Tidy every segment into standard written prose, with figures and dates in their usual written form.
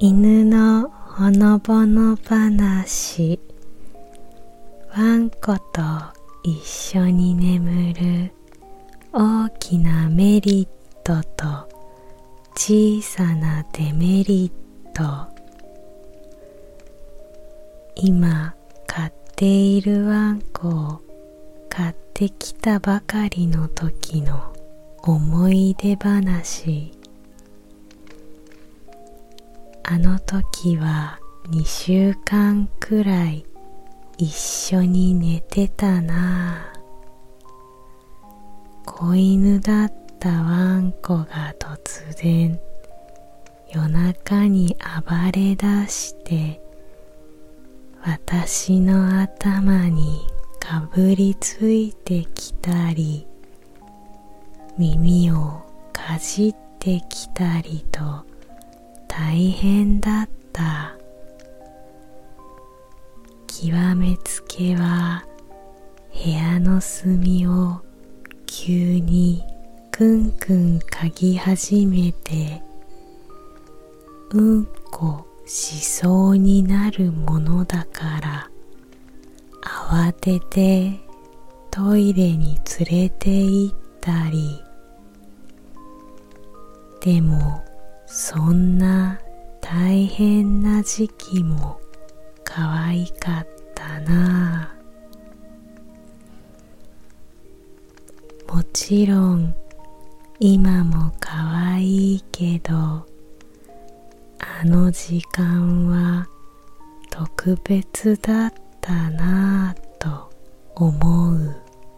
犬のほのぼの話。ワンコと一緒に眠る大きなメリットと小さなデメリット。今飼っているワンコを買ってきたばかりの時の思い出話。あの時は2週間くらい一緒に寝てたなあ。子犬だったワンコが突然夜中に暴れ出して私の頭にかぶりついてきたり耳をかじってきたりと大変だった。極めつけは部屋の隅を急にクンクン嗅ぎ始めてうんこしそうになるものだから慌ててトイレに連れて行ったり。でもそんな大変な時期も可愛かったなあ。もちろん今も可愛いけどあの時間は特別だったなあと思う。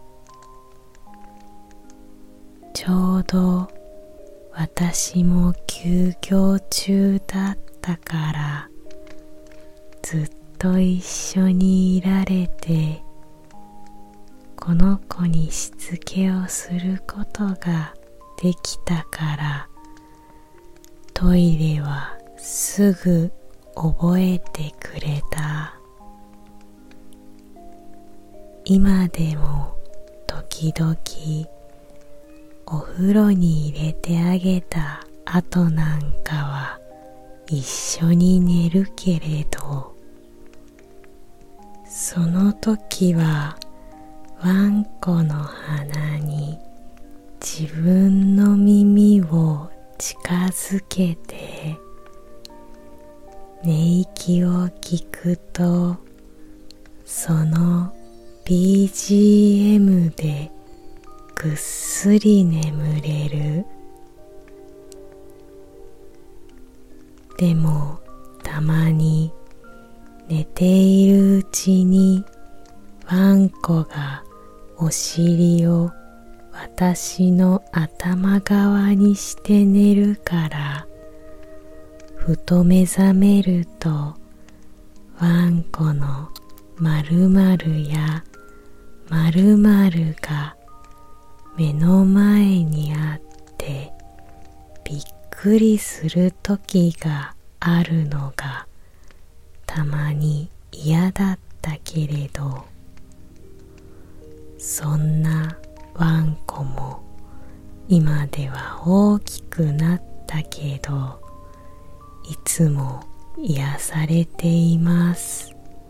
ちょうど私も休業中だったからずっと一緒にいられてこの子にしつけをすることができたからトイレはすぐ覚えてくれた。今でも時々お風呂に入れてあげた後なんかは一緒に寝るけれどその時はワンコの鼻に自分の耳を近づけて寝息を聞くとその BGM でぐっすり眠れる。でもたまに寝ているうちにワンコがお尻を私の頭側にして寝るからふと目覚めるとワンコの〇〇や〇〇が目の前にあってびっくりする時があるのがたまに嫌だったけれどそんなワンコも今では大きくなったけどいつも癒されています。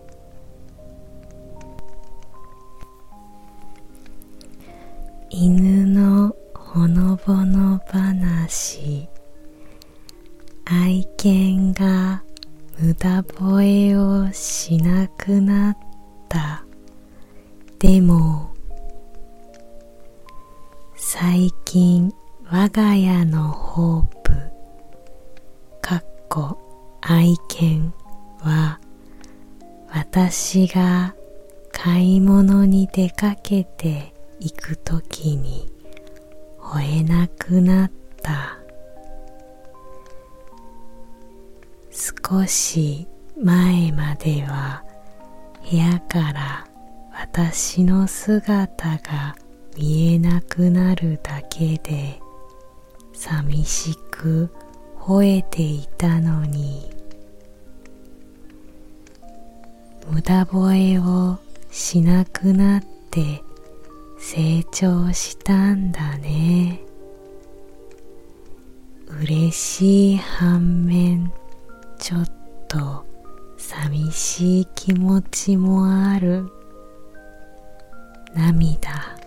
犬のほのぼの話。愛犬が無駄吠えをしなくなった。でも最近我が家のホープ愛犬は私が買い物に出かけて行くときに吠えなくなった。少し前までは部屋から私の姿が見えなくなるだけで寂しく吠えていたのに無駄吠えをしなくなって成長したんだね。嬉しい反面ちょっと寂しい気持ちもある。涙。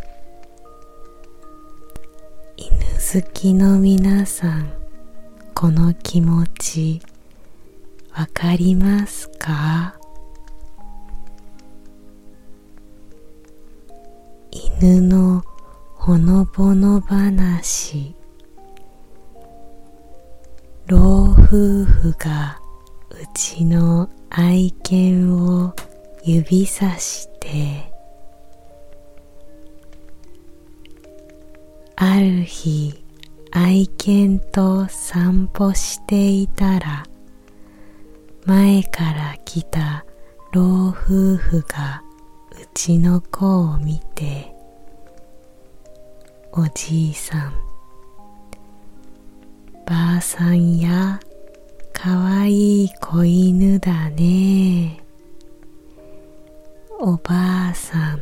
犬好きの皆さん、この気持ちわかりますか？犬のほのぼの話。老夫婦がうちの愛犬を指さして、ある日愛犬と散歩していたら、前から来た老夫婦がうちの子を見て、おじいさん、ばあさんや、かわいい子犬だね。おばあさん、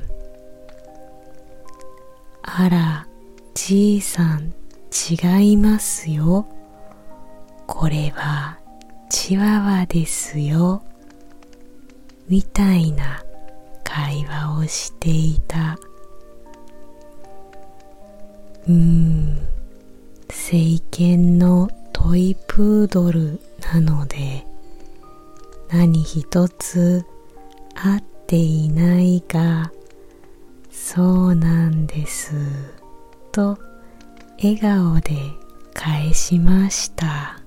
あら、じいさん、違いますよ。これはチワワですよ。みたいな会話をしていた。成犬のトイプードルなので何一つ合っていないが、そうなんですと笑顔で返しました。